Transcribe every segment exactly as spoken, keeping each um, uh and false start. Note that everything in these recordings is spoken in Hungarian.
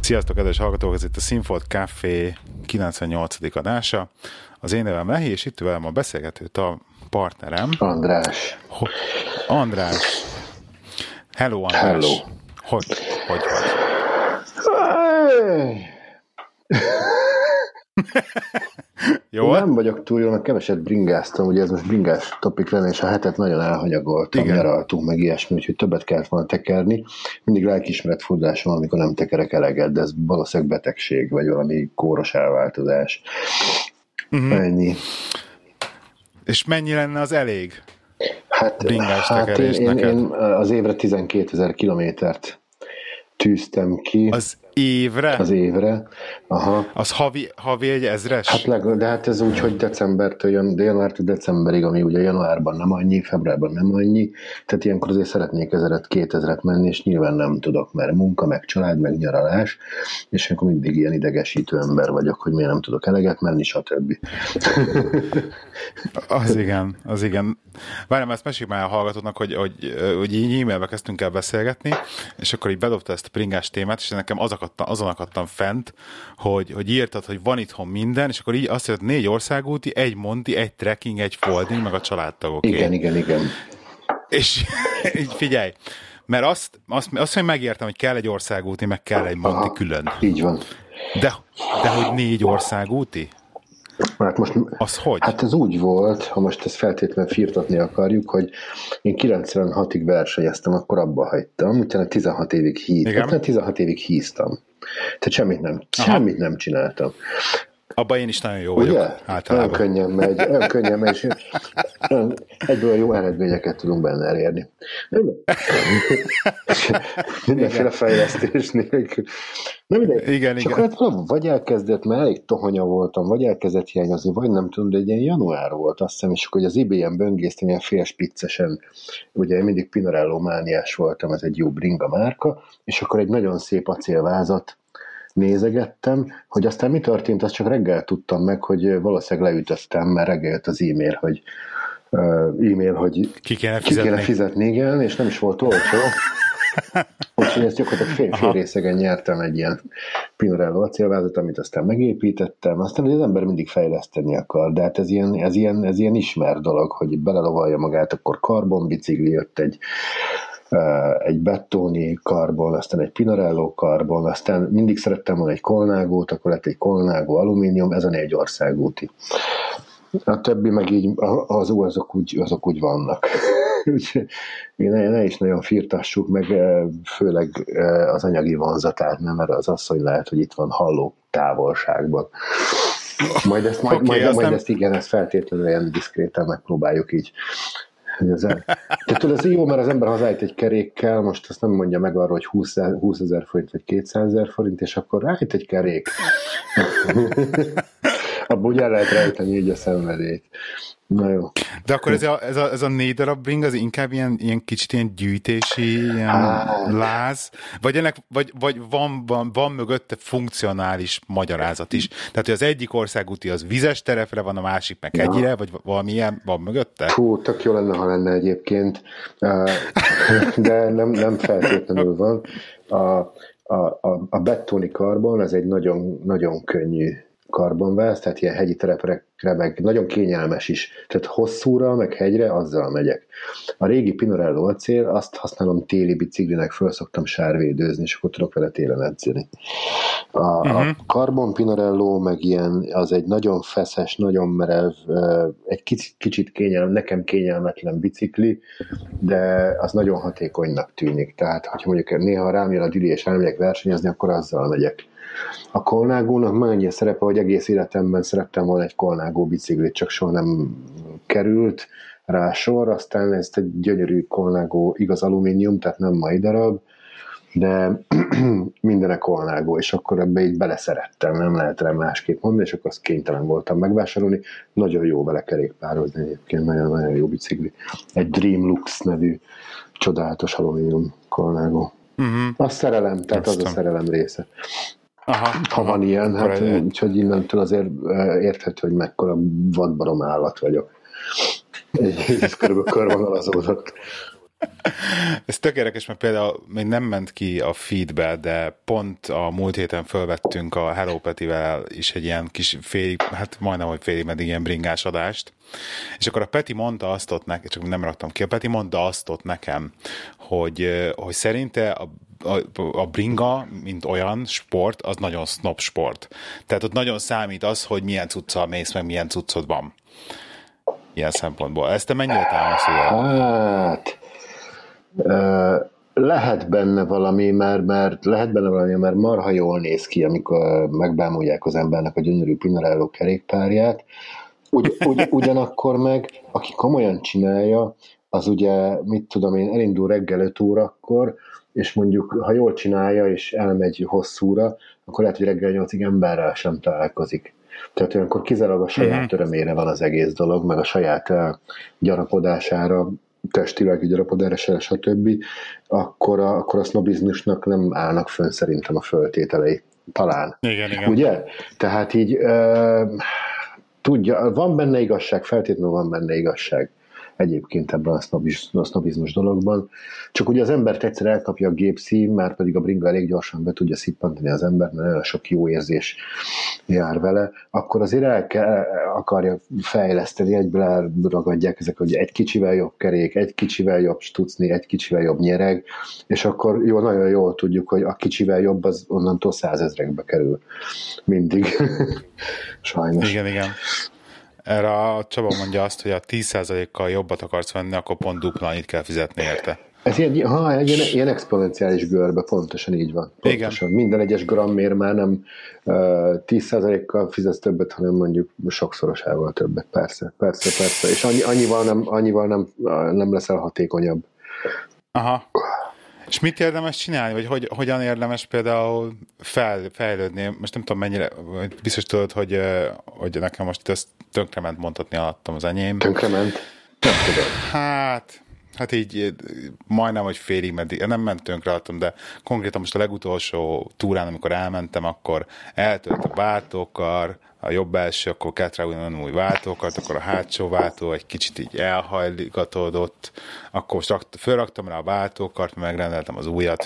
Sziasztok, kedves hallgatók! Ez itt a Színfolt Café kilencvennyolcadik adása. Az én nevem Lehi, és itt velem a beszélgető a partnerem. András. Ho- András. Hello, András. Hello. Hogy, hogy vagy? Jó? Nem vagyok túl jól, mert keveset bringáztam, ugye ez most bringás topik lenne, és a hetet nagyon elhanyagoltam, nyaraltunk, meg ilyesmi, úgyhogy többet kellett volna tekerni. Mindig lelkiismeret furdásom, amikor nem tekerek eleget, de ez valószínűleg betegség, vagy valami kóros elváltozás. Uh-huh. Ennyi. És mennyi lenne az elég? Hát, bringás hát tekerés én, neked? én az évre tizenkétezer kilométert tűztem ki. Az évre? Az évre. Aha. Az havi, havi egy ezres? Hát leg, de hát ez úgy, hogy decembertől jön, de januártól decemberig, ami ugye januárban nem annyi, februárban nem annyi, tehát ilyenkor azért szeretnék ezeret, kétezret menni, és nyilván nem tudok, mert munka, meg család, meg nyaralás, és akkor mindig ilyen idegesítő ember vagyok, hogy miért nem tudok eleget menni, stb. Az igen, az igen. Várjám, ezt meséljük már a hallgatónak, hogy, hogy, hogy így e-mailbe kezdtünk el beszélgetni, és akkor így bedobta ezt a bringás témát, és nekem az akadtam, azon akadtam fent, hogy, hogy írtad, hogy van itthon minden, és akkor így azt mondod, négy országúti, egy monti, egy trekking, egy folding, meg a családtagok. Igen, igen, igen. És így figyelj, mert azt, azt, azt hogy megértem, hogy kell egy országúti, meg kell egy monti Aha, külön. Így van. De, de hogy négy országúti? Hát most, az hogy? Hát ez úgy volt, ha most ezt feltétlenül firtatni akarjuk, hogy én kilencvenhatig versenyeztem, akkor abba hagytam, utána tizenhat évig híztam. Utána tizenhat évig híztam. Tehát semmit nem, semmit nem csináltam. Abban én is nagyon jó vagyok. Ugye? Általában. Olyan könnyen megy, olyan könnyen megy, és egyből jó eredményeket tudunk benne elérni. Mindenféle fejlesztés nélkül. Nem ide, igen, csak igen. Hát vagy elkezdett, mert elég tohonya voltam, vagy elkezdett hiányozni, vagy nem tudom, de egy ilyen január volt, azt hiszem, és akkor hogy az i bé en böngésztem ilyen félspiccesen, ugye én mindig Pinarello mániás voltam, ez egy jó bringa márka, és akkor egy nagyon szép acélvázat nézegettem, hogy aztán mi történt, azt csak reggel tudtam meg, hogy valószínűleg leütöttem, mert reggel jött az e-mail, hogy uh, e-mail, hogy ki kéne ki fizetni, kéne fizetni igen, és nem is volt olcsó. Úgyhogy ezt gyakorlatilag fél, fél részegen nyertem egy ilyen Pinarello acélvázat, amit aztán megépítettem. Aztán az ember mindig fejleszteni akar, de hát ez ilyen, ez ilyen, ez ilyen ismert dolog, hogy belelovalja magát, akkor karbonbicikli jött egy egy Bettoni karbon, aztán egy Pinarello karbon, aztán mindig szerettem volna egy Colnagót, akkor lett egy Colnago alumínium, ez a négy országúti. A többi meg így, az, azok, úgy, azok úgy vannak. Úgyhogy ne, ne is nagyon firtassuk meg, főleg az anyagi vonzatát, nem, mert az asszony lehet, hogy itt van halló távolságban. Majd ezt, majd, okay, majd, majd nem... ezt igen, ezt feltétlenül ilyen diszkréten megpróbáljuk így. Tehát tudod, ez jó, mert az ember hazállít egy kerékkel, most azt nem mondja meg arra, hogy húszezer forint vagy kétszázezer forint, és akkor rájött egy kerék. Abban ugye el lehet rejteni így a szenvedélyt. Na jó. De akkor ez a, ez a, ez a négy darab bring, az inkább ilyen, ilyen kicsit ilyen gyűjtési, ilyen hát. láz, vagy, ennek, vagy, vagy van, van, van mögötte funkcionális magyarázat is. Tehát, hogy az egyik országúti az vizes terepre van, a másik meg hegyire, ja. vagy valami ilyen van mögötte? Hú, tök jó lenne, ha lenne egyébként, de nem, nem feltétlenül van. A, a, a, a Bettoni karbon, ez egy nagyon, nagyon könnyű karbonváz, tehát ilyen hegyi terepre, meg nagyon kényelmes is. Tehát hosszúra, meg hegyre, azzal megyek. A régi Pinarello acél, azt használom téli biciklinek, föl szoktam sárvédőzni, és akkor tudok vele télen edzeni. A, uh-huh. a karbon Pinarello, meg ilyen, az egy nagyon feszes, nagyon merev, egy kicsit, kicsit kényelmes, nekem kényelmetlen bicikli, de az nagyon hatékonynak tűnik. Tehát, hogyha mondjuk néha rám jön a dili, és elmegyek versenyezni, akkor azzal megyek. A Colnagónak már annyi a szerepe, hogy egész életemben szerettem volna egy Colnago biciklit, csak soha nem került rá sor, aztán ezt egy gyönyörű Colnago, igaz alumínium, tehát nem mai darab, de mindenek Colnago, és akkor ebbe így beleszerettem, nem lehet rá másképp mondani, és akkor azt kénytelen voltam megvásárolni. Nagyon jó vele kerékpározni egyébként, nagyon-nagyon jó bicikli. Egy Dream Lux nevű csodálatos alumínium Colnago. Uh-huh. A szerelem, tehát Aztán. az a szerelem része. Aha, ha aha, van ilyen, hát egy... úgyhogy innentől azért érthető, hogy mekkora vadbarom állat vagyok. Ez körülbelül körvonalazódott. Ez tök érdekes, mert például még nem ment ki a feedbe, de pont a múlt héten fölvettünk a Hello Petivel is egy ilyen kis fél, hát majdnem, hogy félig meddig ilyen bringás adást, és akkor a Peti mondta azt ott nekem, csak nem raktam ki, a Peti mondta azt ott nekem, hogy, hogy szerinte a A, a bringa, mint olyan sport, az nagyon snob sport. Tehát ott nagyon számít az, hogy milyen cuccal mész, meg milyen cuccod van. Ilyen szempontból. Ezt te mennyire támaszol? Hát, lehet benne valami, mert, mert lehet benne valami, mert marha jól néz ki, amikor megbámulják az embernek a gyönyörű Pinarello kerékpárját. Ugy, ugy, ugyanakkor meg, aki komolyan csinálja, az ugye, mit tudom én, elindul reggel öt órakor, és mondjuk, ha jól csinálja, és elmegy hosszúra, akkor lehet, hogy reggel nyolcig emberrel sem találkozik. Tehát olyankor kizárólag a saját uh-huh. örömére van az egész dolog, meg a saját uh, gyarapodására, testileg gyarapodására, stb. Akkor a, akkor a sznobizmusnak nem állnak fönn szerintem a föltételei. Talán. Igen, igen. Ugye? Tehát így uh, tudja, van benne igazság, feltétlenül van benne igazság egyébként ebben a, sznobiz, a sznobizmus dologban. Csak ugye az embert egyszer elkapja a gépszín, már pedig a bringa elég gyorsan be tudja szippantani az embert, mert nagyon sok jó érzés jár vele, akkor azért el, kell, el akarja fejleszteni, egyből elragadják ezek, hogy egy kicsivel jobb kerék, egy kicsivel jobb stucni, egy kicsivel jobb nyereg, és akkor jó, nagyon jól tudjuk, hogy a kicsivel jobb az onnantól százezrekbe kerül. Mindig. Sajnos. Igen, igen. Erre a Csaba mondja azt, hogy a tíz százalékkal jobbat akarsz venni, akkor pont dupla annyit kell fizetni érte. Ez ilyen, ha, egy ilyen, ilyen exponenciális görbe, pontosan így van. Pontosan. Igen. Minden egyes grammért már nem uh, tíz százalékkal fizetsz többet, hanem mondjuk sokszorosával többet. Persze, persze, persze. És annyi, annyival, nem, annyival nem, nem leszel hatékonyabb. Aha. És mit érdemes csinálni? Vagy hogy, hogyan érdemes például fel, fejlődni? Most nem tudom mennyire, biztos tudod, hogy, hogy nekem most itt ezt tönkrement mondhatni alattam az enyém. Tönkrement? Nem tudom. Hát, hát így majdnem, hogy félig meddig. Nem ment tönkre alattam, de konkrétan most a legutolsó túrán, amikor elmentem, akkor eltölt a váltókar, a jobb első, akkor kellett rá új váltókat, akkor a hátsó váltó egy kicsit így elhajligatódott, akkor most rakt, fölraktam rá a váltókart, megrendeltem az újat,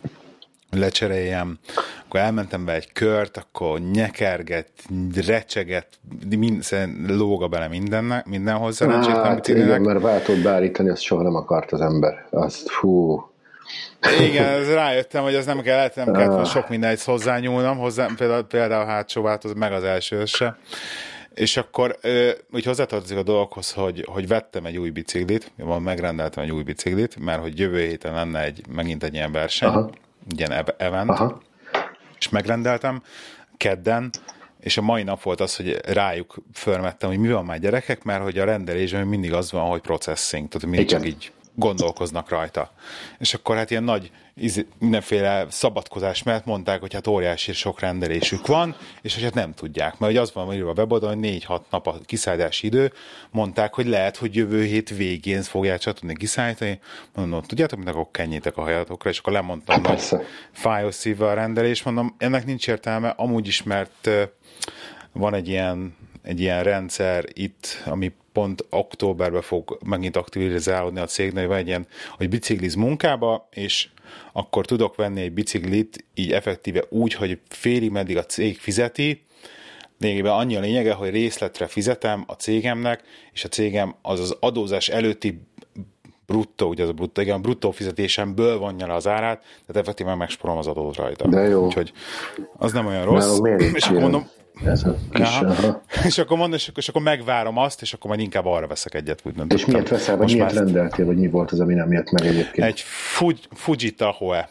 lecseréljem, akkor elmentem be egy kört, akkor nyekerget, recseget, mind, lóga bele mindennek, mindenhoz szerencsétlen. Hát igen, mert váltót beállítani, azt soha nem akart az ember. Azt, fú... Igen, ez rájöttem, hogy ez nem kellett, nem kellett ah. sok mindenhez hozzányúlnom, hozzá, például, például a hátsó változ, meg az első se. És akkor úgy hozzátartozik a dologhoz, hogy, hogy vettem egy új biciklit, van megrendeltem egy új biciklit, mert hogy jövő héten lenne egy, megint egy ilyen verseny, Aha. ilyen event, Aha. és megrendeltem kedden, és a mai nap volt az, hogy rájuk fölmettem, hogy mi van már gyerekek, mert hogy a rendelésben mindig az van, hogy processing, tehát mindig csak így gondolkoznak rajta. És akkor hát ilyen nagy mindenféle szabadkozás mellett mondták, hogy hát óriási sok rendelésük van, és hogy hát nem tudják. Mert hogy az van írva a weboldalon, hogy négy-hat nap a kiszállítási idő, mondták, hogy lehet, hogy jövő hét végén fogják csak tudni kiszállítani. Mondom, tudjátok, mint akkor kenjétek a hajatokra, és akkor lemondtam, hogy fájó szívvel a rendelés. Mondom, ennek nincs értelme, amúgy is, mert van egy ilyen, egy ilyen rendszer itt, ami pont októberben fog megint aktivizálódni a cégnél, vagy egy ilyen, hogy bicikliz munkába, és akkor tudok venni egy biciklit így effektíve úgy, hogy félig meddig a cég fizeti, lényegében annyi a lényege, hogy részletre fizetem a cégemnek, és a cégem az az adózás előtti bruttó, ugye az a bruttó, igen, a bruttó fizetésemből vonja le az árát, tehát effektíven megsporolom az adót rajta. De jó. Úgyhogy az nem olyan rossz. Na, és akkor mondom, Ez a kis, és akkor mondom, és akkor, és akkor megvárom azt, és akkor majd inkább arra veszek egyet. Úgy és miért veszel, vagy miért rendeltél, vagy mi volt az, ami nem jött meg egyébként? Egy Fuji Tahoe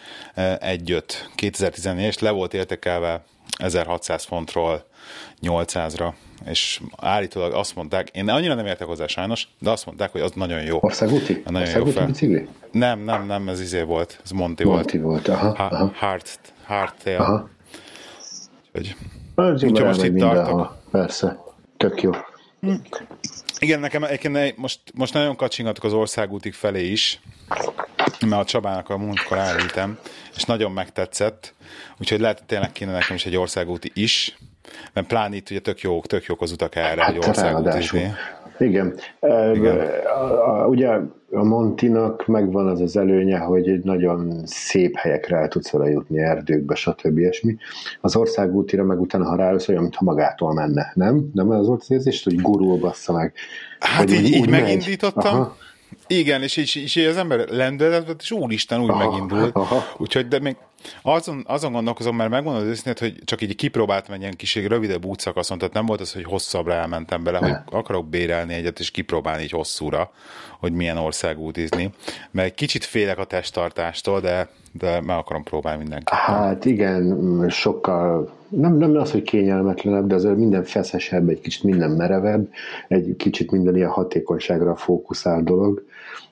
egy öt kétezer-tizennégy, és le volt értékelve ezerhatszáz fontról nyolcszázra, és állítólag azt mondták, én annyira nem értek hozzá sajnos, de azt mondták, hogy az nagyon jó. Országúti? Nagyon Országúti jó fel. Bicikli? Nem, nem, nem, ez izé volt, ez Monty, Monty volt. volt. Aha, ha, aha. Hard, Hardtail. Aha. Úgyhogy, úgyhogy most itt tartok. Persze, tök jó. Hm. Igen, nekem most, most nagyon kacsingatok az országútig felé is, mert a Csabának a múltkor elhittem, és nagyon megtetszett, úgyhogy lehet, hogy tényleg kéne nekem is egy országúti is, mert pláne itt ugye tök jók, tök jók az utak erre, hát, hogy országúti. Igen. Igen. Uh, ugye a Montinak megvan az az előnye, hogy egy nagyon szép helyekre el tudsz vele jutni, erdőkbe, stb. Ilyesmi. Az országútira meg utána, ha rájössz, olyan, mintha magától menne, nem? Nem az volt az érzés, hogy gurul bassza meg? Hát így, így megindítottam. Aha. Igen, és így, és így az ember lendületett, és úristen, úgy aha, megindul. Aha. Úgyhogy, de még azon, azon gondolkozom, mert megmondod az őszintét, hogy csak így kipróbáltam egy ilyen kis rövidebb útszakaszon, tehát nem volt az, hogy hosszabbra elmentem bele, ne. hogy akarok bérelni egyet, és kipróbálni így hosszúra, hogy milyen országútizni. Mert egy kicsit félek a testtartástól, de, de meg akarom próbálni mindenképpen. Hát igen, sokkal, nem, nem az, hogy kényelmetlenebb, de azért minden feszesebb, egy kicsit minden merevebb, egy kicsit minden ilyen hatékonyságra fókuszál dolog,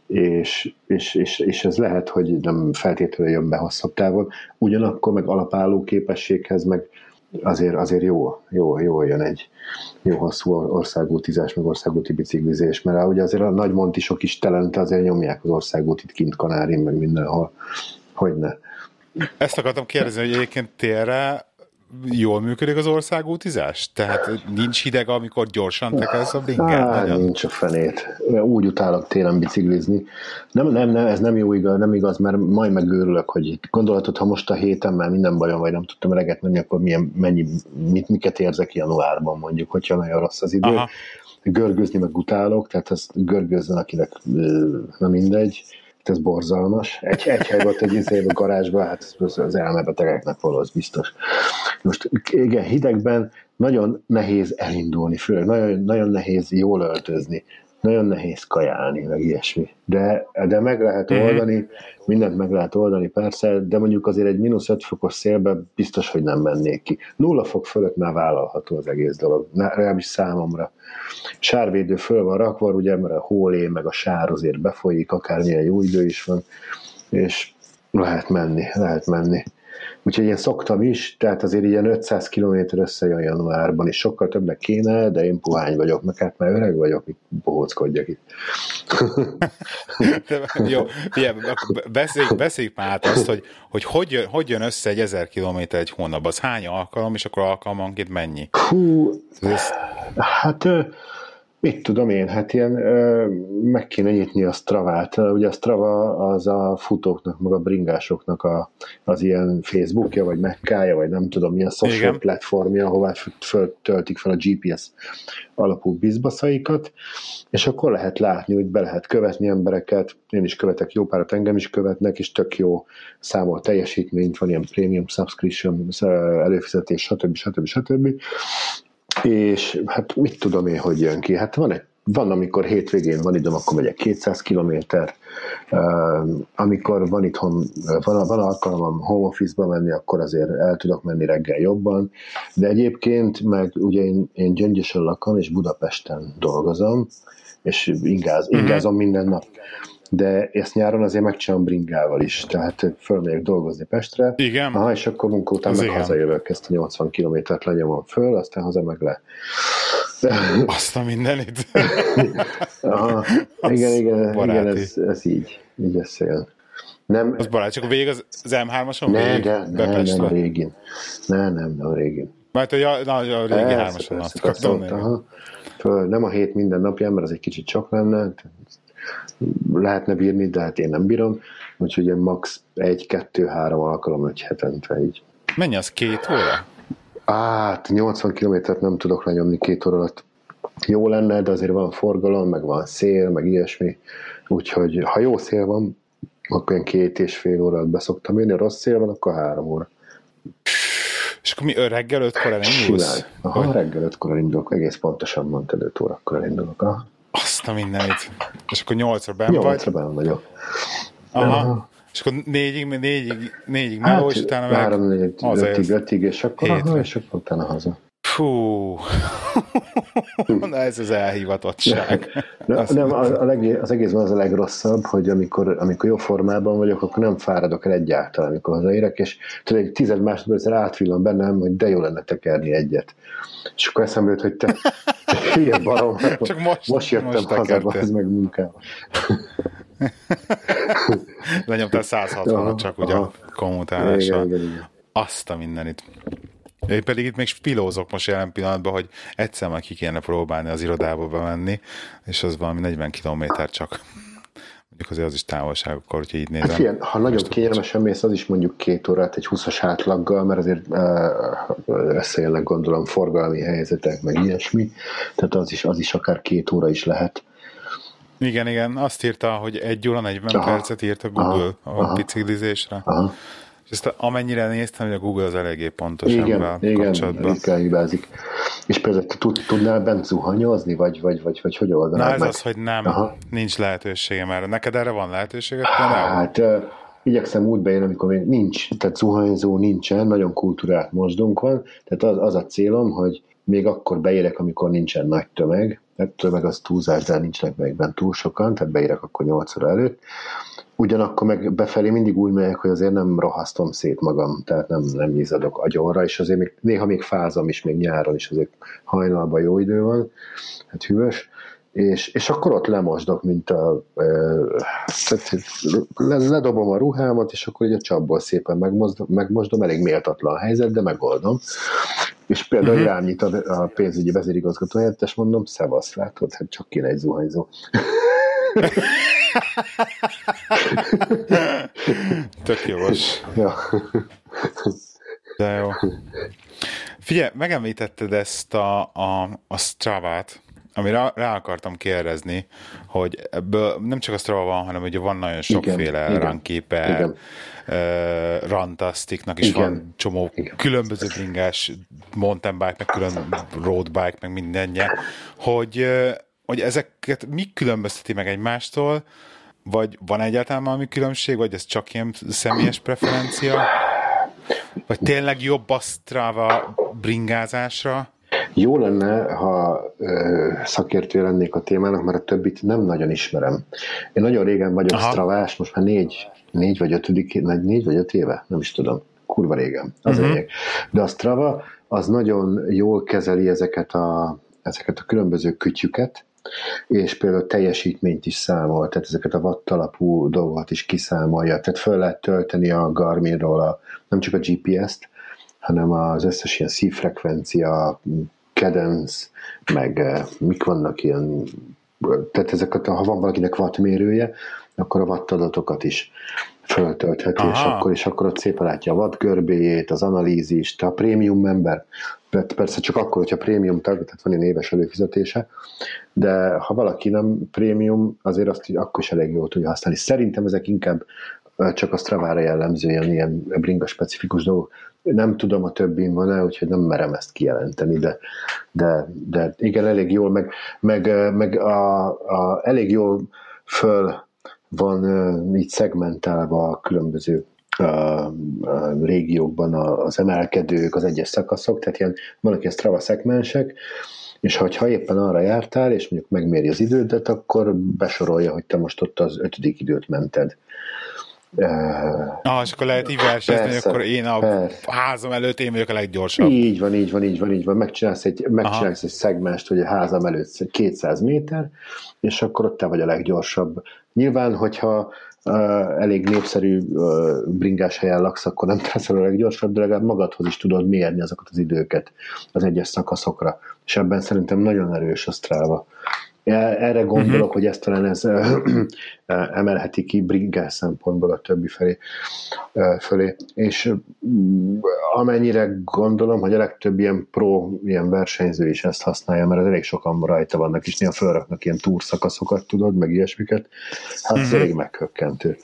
és, és, és, és ez lehet, hogy nem feltétlenül jön be hosszabb távon, ugyanakkor meg alapálló képességhez meg azért, azért jó, jó, jó jön egy jó hosszú országútizás, meg országúti biciklizés, mert ugye azért a nagy montisok is telente azért nyomják az országútit kint Kanárin, meg mindenhol, hogyne. Ezt akartam kérdezni, hogy egyébként térre jól működik az országútizás? Tehát nincs hideg, amikor gyorsan tekelsz a bringát? Hát, nincs a fenét. Úgy utálok télen biciklizni. Nem, nem, nem, ez nem jó igaz, nem igaz, mert majd megőrülök, hogy gondolatod, ha most a héten már minden bajom, vagy nem tudtam eleget menni, akkor milyen, mennyi, mit, miket érzek januárban mondjuk, hogyha nagyon rossz az idő. Aha. Görgőzni meg utálok, tehát ezt görgőzzen, akinek nem mindegy. Ez borzalmas. Egy, egy hely volt egy izé a garázsban, hát az elmebetegeknek való, az biztos. Most igen, hidegben nagyon nehéz elindulni, főleg nagyon, nagyon nehéz jól öltözni, nagyon nehéz kajálni, meg ilyesmi. De, de meg lehet oldani, mindent meg lehet oldani persze, de mondjuk azért egy mínusz öt fokos szélben biztos, hogy nem mennék ki. Nulla fok fölött már vállalható az egész dolog, legalábbis számomra. Sárvédő föl van rakva, ugye, mert a hólé, meg a sár azért befolyik, akármilyen jó idő is van, és lehet menni, lehet menni. Úgyhogy én szoktam is, tehát azért ilyen ötszáz kilométer összejön januárban, és sokkal többnek kéne, de én puhány vagyok, meg hát már öreg vagyok, itt bohóckodjak itt. Jó, beszéljük, beszéljük már át azt, hogy, hogy hogy, jön, hogy jön össze egy ezer kilométer egy hónapban, az hány alkalom, és akkor alkalmanként mennyi? Hú, ez... hát... Mit tudom én, hát ilyen ö, meg kéne nyitni a Stravát. Ugye a Strava az a futóknak, meg a bringásoknak a, az ilyen Facebookja, vagy Mekkája, vagy nem tudom milyen social igen. platformja, ahová töltik fel a gé pé es alapú bizbaszaikat, és akkor lehet látni, hogy be lehet követni embereket, én is követek jó párat, engem is követnek, és tök jó számol teljesítményt, van ilyen premium subscription előfizetés, stb. stb. stb. És hát mit tudom én, hogy jön ki? Hát van, egy, van amikor hétvégén van időm, akkor megyek kétszáz kilométer, uh, amikor van itthon, van, van alkalmam home office-ba menni, akkor azért el tudok menni reggel jobban, de egyébként meg ugye én, én Gyöngyösön lakom, és Budapesten dolgozom, és ingáz, ingázom mm-hmm. minden nap. De ezt nyáron azért megcsinálom bringával is, tehát fölmegyek dolgozni Pestre, igen. Aha, és akkor munka után meg hazajövök, ezt a nyolcvan kilométert lenyomom föl, aztán haza meg le. Azt a mindenit. Aha, igen, igen, igen ez, ez így, így összejön. Nem, az barát, csak a végig az, az em hármason ne, végig? De, ne, nem a régin. Nem, nem, nem a régin. Mert hogy a, na, a régi persze, hármason azt akartam. Nem a hét minden napján, mert az egy kicsit csak lenne, lehetne bírni, de hát én nem bírom, úgyhogy én max. egy, kettő, három alkalom öt hetente így. Mennyi az, két óra? Hát nyolcvan kilométert nem tudok lenyomni két óra alatt. Jó lenne, de azért van forgalom, meg van szél, meg ilyesmi, úgyhogy ha jó szél van, akkor én két és fél órát beszoktam jönni, ha rossz szél van, akkor három óra. És akkor mi reggel ötkor elindulsz? Aha, hogy? Reggel ötkor elindulok, egész pontosan mondtad, öt órakor elindulok. Aha. Azt a mindenit. És akkor nyolcra benn vagy? Nyolcra benn vagyok. Aha. Aha. És akkor négyig, négyig, négyig hát, meló, és utána meg három, négy, ötig, ötig, és akkor, aha, és akkor utána haza. Fú. Na ez az elhivatottság. Ne, nem, a, a leg, az egészben az a legrosszabb, hogy amikor, amikor jó formában vagyok, akkor nem fáradok el egyáltalán, amikor hazaérek, és tudod, egy tized másodperccel átvillan bennem, hogy de jó lenne tekerni egyet. És akkor eszembe jut, hogy te hülye barom, csak most, most jöttem most haza, ez meg munkába. Lenyomtál száz hatvanat csak ugye a kommutálással. Azt a mindenit. Én pedig itt még spilózok most jelen pillanatban, hogy egyszer már ki kéne próbálni az irodába bemenni, és az valami negyven kilométer csak. Mondjuk azért az is távolság, akkor, hogyha így nézem. Hát figyelj, ha nagyon kényelmesen mész, az is mondjuk két órát egy húszas átlaggal, mert azért összejönnek gondolom forgalmi helyzetek, meg ilyesmi, tehát az is, az is akár két óra is lehet. Igen, igen, azt írta, hogy egy óra negyven aha, percet írt a Google aha, a aha, biciklizésre. Aha. És ezt amennyire néztem, hogy a Google az eléggé pontos ebben kapcsolatban. Igen, igen, hibázik. És például tud, tudnál bent zuhanyozni, vagy, vagy, vagy, vagy hogy oldanád Na ez meg? az, hogy nem, aha, nincs lehetőségem erre. Neked erre van lehetőséged? Hát uh, igyekszem úgy bejön, amikor még nincs, tehát zuhanyzó nincsen, nagyon kultúrált mosdónk van, tehát az, az a célom, hogy még akkor beérek, amikor nincsen nagy tömeg, tehát tömeg az túlzás, de nincsenek megben túl sokan, tehát beérek akkor nyolc óra előtt. Ugyanakkor meg befelé mindig úgy megyek, hogy azért nem rohasztom szét magam, tehát nem, nem izzadok agyonra, és azért még, néha még fázom is, még nyáron is, azért hajnalban jó idő van, hát hűvös, és, és akkor ott lemosdok, mint a le, ledobom a ruhámat, és akkor így a csapból szépen megmosdom, megmosdom, elég méltatlan helyzet, de megoldom. És például uh-huh. rám nyit a, a pénzügyi vezérigazgató helyettes, mondom, szevasz, látod, hát csak kéne egy zuhanyzó. Tök jogos. Ja. De jó. Figyelj, megemlítetted ezt a, a, a Stravát, amire rá akartam kérdezni, hogy ebből nem csak a Strava van, hanem ugye van nagyon sokféle Runkeeper, uh, Runtasticnak is igen, van csomó igen, különböző bringás mountain bike, meg külön road bike, meg mindenje, hogy, hogy ezeket mi különbözteti meg egymástól, vagy van egyáltalán valami különbség, vagy ez csak ilyen személyes preferencia? Vagy tényleg jobb a Strava bringázásra? Jó lenne, ha ö, szakértő lennék a témának, mert a többit nem nagyon ismerem. Én nagyon régen vagyok aha, Stravás, most már négy, négy vagy ötödik, négy vagy öt éve, nem is tudom, kurva régen, az uh-huh. lényeg. De a Strava az nagyon jól kezeli ezeket a, ezeket a különböző kütyüket, és például teljesítményt is számol, tehát ezeket a watt alapú dolgokat is kiszámolja, tehát föl lehet tölteni a Garminról a, nem csak a gé pé es-t, hanem az összes ilyen szívfrekvencia, cadence, meg eh, mik vannak ilyen, tehát ezeket, ha van valakinek wattmérője, akkor a watt adatokat is föltöltheti, és akkor, és akkor ott szépen látja a watt görbéjét, az analízist, a prémium member, persze csak akkor, hogyha prémium tag, tehát van egy éves előfizetése, de ha valaki nem prémium, azért azt akkor is elég jól tudja használni. Szerintem ezek inkább csak a Stravára jellemző ilyen, ilyen bringa specifikus dolgok. Nem tudom, a többin van-e, úgyhogy nem merem ezt kijelenteni, de, de, de igen, elég jól, meg, meg, meg a, a, elég jól föl van így szegmentálva a különböző a, a régiókban az emelkedők, az egyes szakaszok, tehát ilyen, vannak ilyen Strava szegmensek, és ha éppen arra jártál, és mondjuk megméri az idődet, akkor besorolja, hogy te most ott az ötödik időt mented. Ah, és akkor lehet így versenyezni, hogy akkor én a persze. házam előtt én vagyok a leggyorsabb. Így van, így van, így van, így van. Megcsinálsz egy, megcsinálsz egy szegmást, hogy a házam előtt kétszáz méter, és akkor ott te vagy a leggyorsabb. Nyilván, hogyha uh, elég népszerű uh, bringás helyen laksz, akkor nem teszel a leggyorsabb, de legalább magadhoz is tudod mérni azokat az időket az egyes szakaszokra. És ebben szerintem nagyon erős a Strava. Erre gondolok, uh-huh. hogy ezt talán ez uh, uh, emelheti ki bringás szempontból a többi felé, uh, fölé. És uh, amennyire gondolom, hogy a legtöbb ilyen pro, ilyen versenyző is ezt használja, mert elég sokan rajta vannak, és néha felraknak ilyen túrszakaszokat, tudod, meg ilyesmiket. Hát uh-huh. ez elég meghökkentő.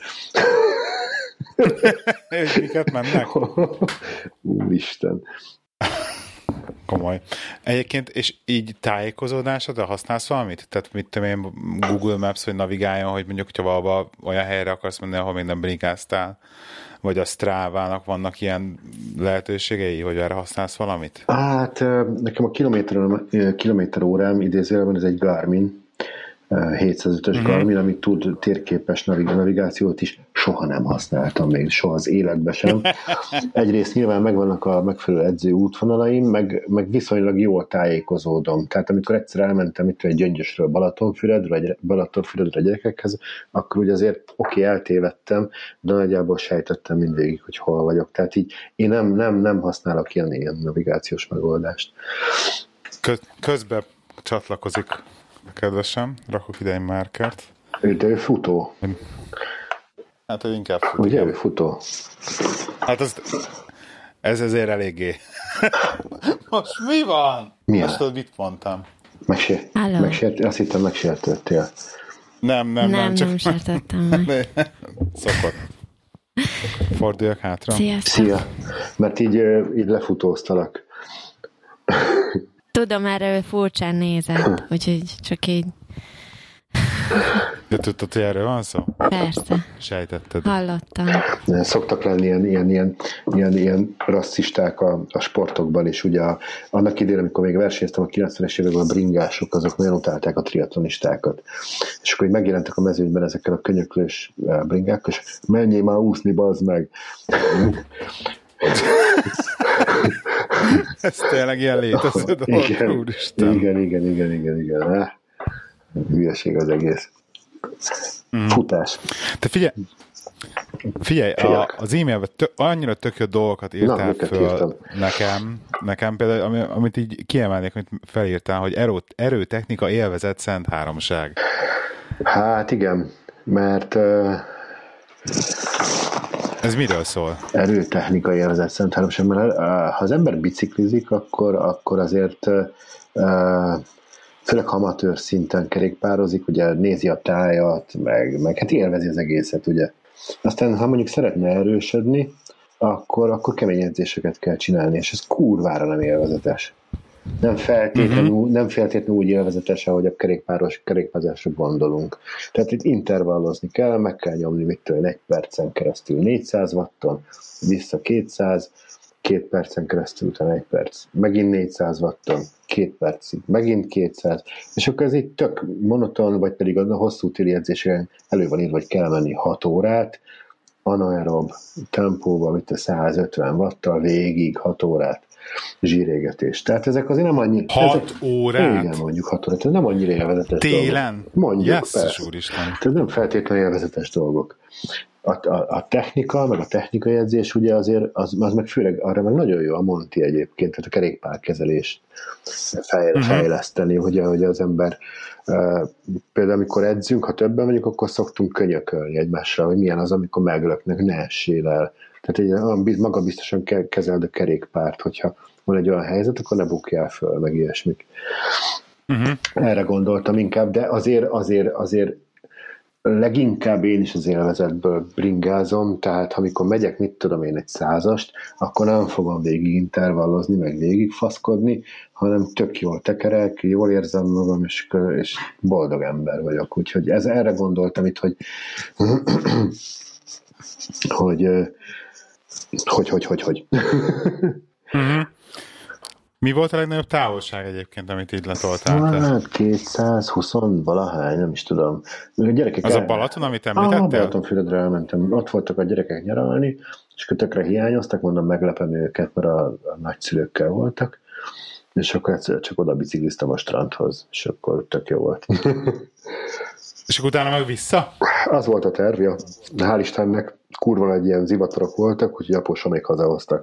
És miket mennek? Úristen. Komoly. Egyébként, és így tájékozódásodra használsz valamit? Tehát mit tudom én, Google Maps, hogy navigáljon, hogy mondjuk, hogyha valahol olyan helyre akarsz menni, ahol még nem bringáztál, vagy a Strávának vannak ilyen lehetőségei, hogy erre használsz valamit? Hát nekem a kilométer, kilométer órám idézőjelben ez egy Garmin, hétszázötös uh-huh. Garmin, ami tud térképes navigációt is, soha nem használtam még, soha az életben sem. Egyrészt nyilván megvannak a megfelelő edző útvonalaim, meg, meg viszonylag jól tájékozódom. Tehát amikor egyszer elmentem itt egy Gyöngyösről Balatonfüredre, Balatonfüredre gyerekekhez, akkor ugye azért oké, okay, eltévedtem, de nagyjából sejtettem mindvégig, hogy hol vagyok. Tehát így én nem, nem, nem használok ilyen, ilyen navigációs megoldást. Közben csatlakozik kedvesem, rakok ide egy márkert. De ő futó. Hát, hogy inkább futó. Ugye ő futó? Hát ez, ez azért eléggé. Most mi van? Mi Most tudod, mit mondtam? Megsért, megsért, azt hittem megsértődtél. Nem, nem, nem. Nem, csak nem sértettem meg. Szokott. Forduljak hátra. Sziasztok. Szia. Mert így, így lefutóztalak. Tudom, erre furcsán nézett, úgyhogy csak így. De tudtad, hogy erről van szó? Persze. Sejtetted. Hallottam. Szoktak lenni ilyen, ilyen, ilyen, ilyen, ilyen rasszisták a, a sportokban is. Ugye a, annak idején, amikor még versenyeztem a kilencvenes években, a bringások, azok nagyon utálták a triatlonistákat. És akkor így megjelentek a mezőnyben ezekkel a könyöklős bringákkal, és menjél már úszni, bazd meg! Ez tényleg ilyen létező dolog, igen, úristen. igen, igen, igen, igen, igen. Ah, hülyeség az egész. Mm. Futás. Te figyelj, figyelj a, az e-mailben tö, annyira tök jó dolgokat írtál Na, föl írtam. nekem, nekem például, ami, amit így kiemelnék, amit felírtál, hogy erő, erőtechnika, élvezet, szent háromság. Hát igen, mert uh, ez miről szól? Erőtechnika, élvezet, szent háromság, mert uh, ha az ember biciklizik, akkor, akkor azért uh, főleg amatőr szinten kerékpározik, ugye nézi a tájat, meg, meg hát élvezi az egészet, ugye. Aztán, ha mondjuk szeretne erősödni, akkor, akkor kemény edzéseket kell csinálni, és ez kurvára nem élvezetes. Nem feltétlenül, uh-huh. nem feltétlenül úgy élvezetes, ahogy a kerékpáros kerékpározásra gondolunk. Tehát itt intervallozni kell, meg kell nyomni, mit tudom, egy percen keresztül négyszáz watton, vissza kétszáz, két percen keresztül, utána egy perc, megint négyszáz watton, két percig, megint kétszáz, és akkor ez így tök monoton, vagy pedig a hosszú téli edzéseken elő van írva, hogy kell menni hat órát, anaerob tempóban, mint a százötven watttal végig hat órát zsírégetés. Tehát ezek azért nem annyi... hat ezek, órát? Igen, mondjuk hat órát. Ez nem annyira élvezetes Télen? dolgok. Mondjuk, yes, persze. Úristen. Tehát nem feltétlenül élvezetes dolgok. A, a, a technika, meg a technikai edzés, ugye azért, az, az meg főleg, arra meg nagyon jó a Monti egyébként, tehát a kerékpárkezelést fejl, uh-huh. fejleszteni, ugye, hogy az ember uh, például amikor edzünk, ha többen vagyunk, akkor szoktunk könyökölni egymásra, hogy milyen az, amikor meglöknek, ne essél el. Tehát egy, maga biztosan kezeld a kerékpárt, hogyha van egy olyan helyzet, akkor ne bukjál föl, meg ilyesmik. Uh-huh. Erre gondoltam inkább, de azért, azért, azért leginkább én is az élvezetből bringázom, tehát amikor megyek, mit tudom én, egy százast, akkor nem fogom végig intervallozni, meg végig faszkodni, hanem tök jól tekerek, jól érzem magam, és, és boldog ember vagyok. Úgyhogy ez, erre gondoltam itt, hogy hogy hogy, hogy, hogy, hogy. Uh-huh. Mi volt a legnagyobb távolság egyébként, amit így letoltál? Hát kétszázhúsz valahány, nem is tudom. A gyerekek az el... a Balaton, amit említettél? Ah, a Balatonfüredre elmentem. Ott voltak a gyerekek nyaralni, és tökre hiányoztak, mondom, meglepem őket, mert a, a nagyszülőkkel voltak, és akkor egyszerűen csak oda bicikliztem a strandhoz, és akkor tök jó volt. És akkor utána meg vissza? Az volt a terv, ja. Hál' Istennek kurva egy ilyen zivatarok voltak, úgyhogy aposa még hazahoztak.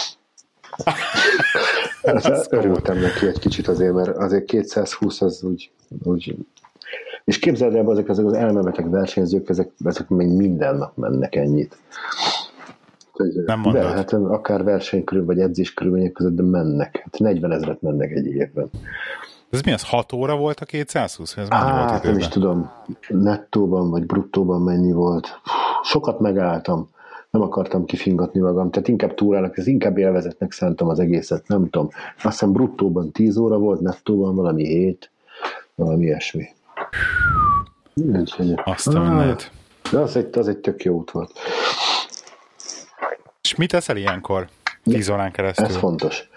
Örültem neki egy kicsit azért, mert azért kétszázhúsz az úgy, úgy... És képzeld el, ezek, ezek az elmemetek versenyzők, ezek, ezek még minden nap mennek ennyit. Nem mondod. De hát akár versenykörül, vagy edzéskörülmények között, de mennek. Hát negyven ezret mennek egy évben. Ez mi az? hat óra volt a kétszázhúsz? Ez Á, volt nem is tudom, nettóban vagy bruttóban mennyi volt. Sokat megálltam. Nem akartam kifingatni magam, tehát inkább túrának, ez inkább élvezetnek szántam az egészet, nem tudom. Azt hiszem bruttóban tíz óra volt, nettóban valami hét, valami ilyesmi. Azt a mindent. De az egy, az egy tök jó út volt. És mit teszel ilyenkor? Tíz órán keresztül? Ez fontos.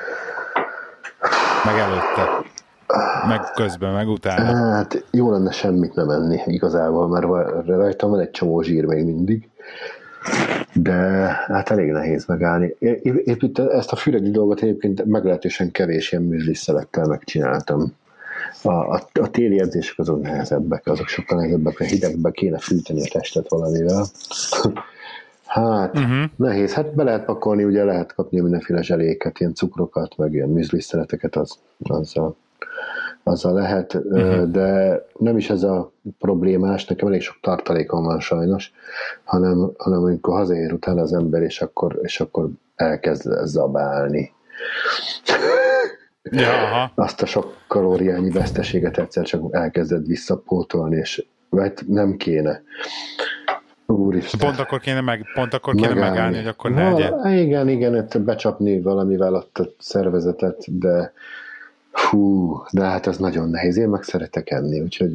Meg előtte. Meg közben, meg utána. Hát jó lenne semmit nem enni igazából, mert rajtam van egy csomó zsír még mindig. De hát elég nehéz megállni. Épp itt ezt a füredi dolgot egyébként meglehetősen kevés ilyen műzliszelekkel megcsináltam. A, a, a téli edzések azok nehezebbek, azok sokkal nehezebbek, mert hidegbe kéne fűteni a testet valamivel. Hát uh-huh. nehéz. Hát be lehet pakolni, ugye lehet kapni mindenféle zseléket, ilyen cukrokat, meg ilyen műzliszeleteket, az, azzal azzal lehet, uh-huh. de nem is ez a problémás, nekem elég sok tartalékom van sajnos, hanem, hanem amikor hazaér utána az ember, és akkor, és akkor elkezd zabálni. Ja, aha. Azt a sok kalóriányi veszteséget egyszer csak elkezded visszapótolni, és nem kéne. Úristen. Pont akkor kéne, meg, pont akkor kéne megállni, megállni hogy akkor ne Val- Igen, igen, becsapni valamivel ott a szervezetet, de hú, de hát ez nagyon nehéz. Én meg szeretek enni, úgyhogy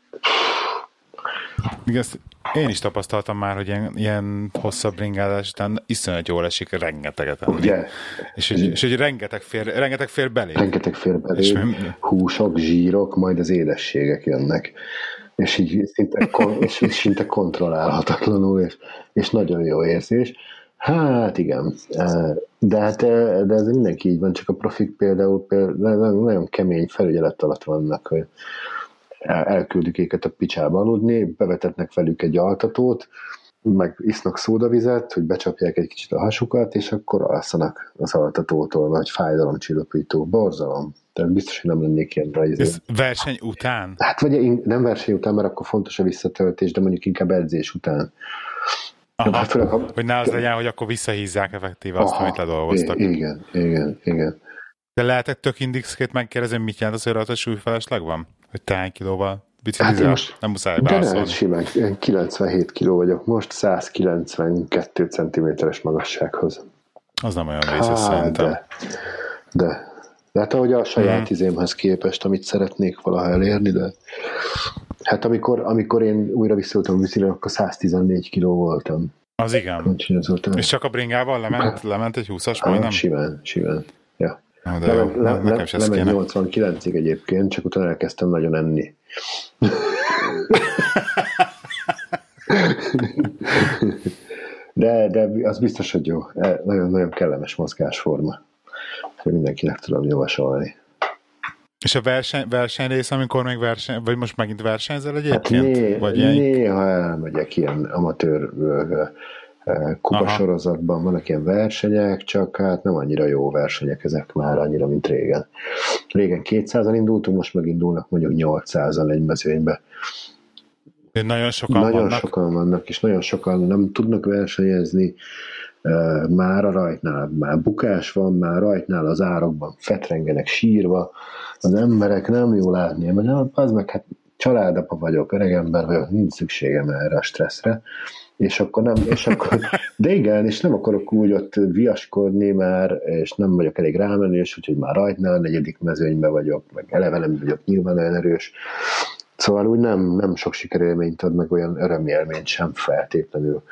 igaz, én is tapasztaltam már, hogy ilyen, ilyen hosszabb ringázás után iszonyat jól esik rengeteget enni. Ugye? És, és, és hogy rengeteg fér, rengeteg fér belé. Rengeteg fér belé, húsok, zsírok, majd az édességek jönnek. És így szinte, és szinte kontrollálhatatlanul, és, és nagyon jó érzés. Hát igen, de, hát, de ez mindenki így van, csak a profik például, például nagyon kemény felügyelet alatt vannak, hogy elküldik őket a picsába aludni, bevetetnek velük egy altatót, meg isznak szódavizet, hogy becsapják egy kicsit a hasukat, és akkor alszanak az altatótól, vagy fájdalomcsillapító, borzalom. Tehát biztos, hogy nem lennék ilyen rá. Ez verseny után? Hát vagy nem verseny után, mert akkor fontos a visszatöltés, de mondjuk inkább edzés után. Aha, főleg, ha... hogy ne az legyen, hogy akkor visszahízzák effektíve azt, amit ledolgoztak. Igen, igen, igen. De lehetett tök indixként megkérdezni, mit jelent az, hogy rajta súlyfelesleg van? Hogy te hány kilóval biciklizel? Hát nem muszáj válaszolni. De simán, kilencvenhét kiló vagyok most, száz kilencvenkettő centiméteres magassághoz. Az nem olyan vészes szerintem. De, de, de hát ahogy a saját hmm. izémhez képest, amit szeretnék valaha elérni, de hát amikor, amikor én újra visszaültem a biciklivel, akkor száz tizennégy kiló voltam. Az igen. És csak a bringával lement, lement egy húszas majdnem? Simán, simán. Ja. Ah, de lement, jó, le, nekem le, lement nyolcvankilencig egyébként, csak utána elkezdtem nagyon enni. De, de az biztos, hogy jó. Nagyon-nagyon kellemes mozgásforma. Mindenkinek tudom javasolni. És a verseny, versenyrész, amikor még verseny, vagy most megint versenyzel egyébként? Hát né, vagy ilyen... Néha elmegyek ilyen amatőr kupasorozatban, vannak ilyen versenyek, csak hát nem annyira jó versenyek ezek már annyira, mint régen. Régen kétszázan indultunk, most megindulnak mondjuk nyolcszázan egy mezőnybe. De nagyon sokan nagyon vannak. sokan vannak, és nagyon sokan nem tudnak versenyezni. Már a rajtnál már bukás van, már rajtnál az árokban fetrengenek sírva, az emberek nem jó látni, mert az meg hát családapa vagyok, öreg ember vagyok, nincs szükségem erre a stresszre, és akkor nem, és akkor, de igen, és nem akarok úgy ott viaskodni már, és nem vagyok elég rámenős, úgyhogy már rajtnál negyedik mezőnyben vagyok, meg eleve nem vagyok nyilván olyan erős, szóval úgy nem, nem sok sikerélményt ad, meg olyan örömélményt sem feltétlenül.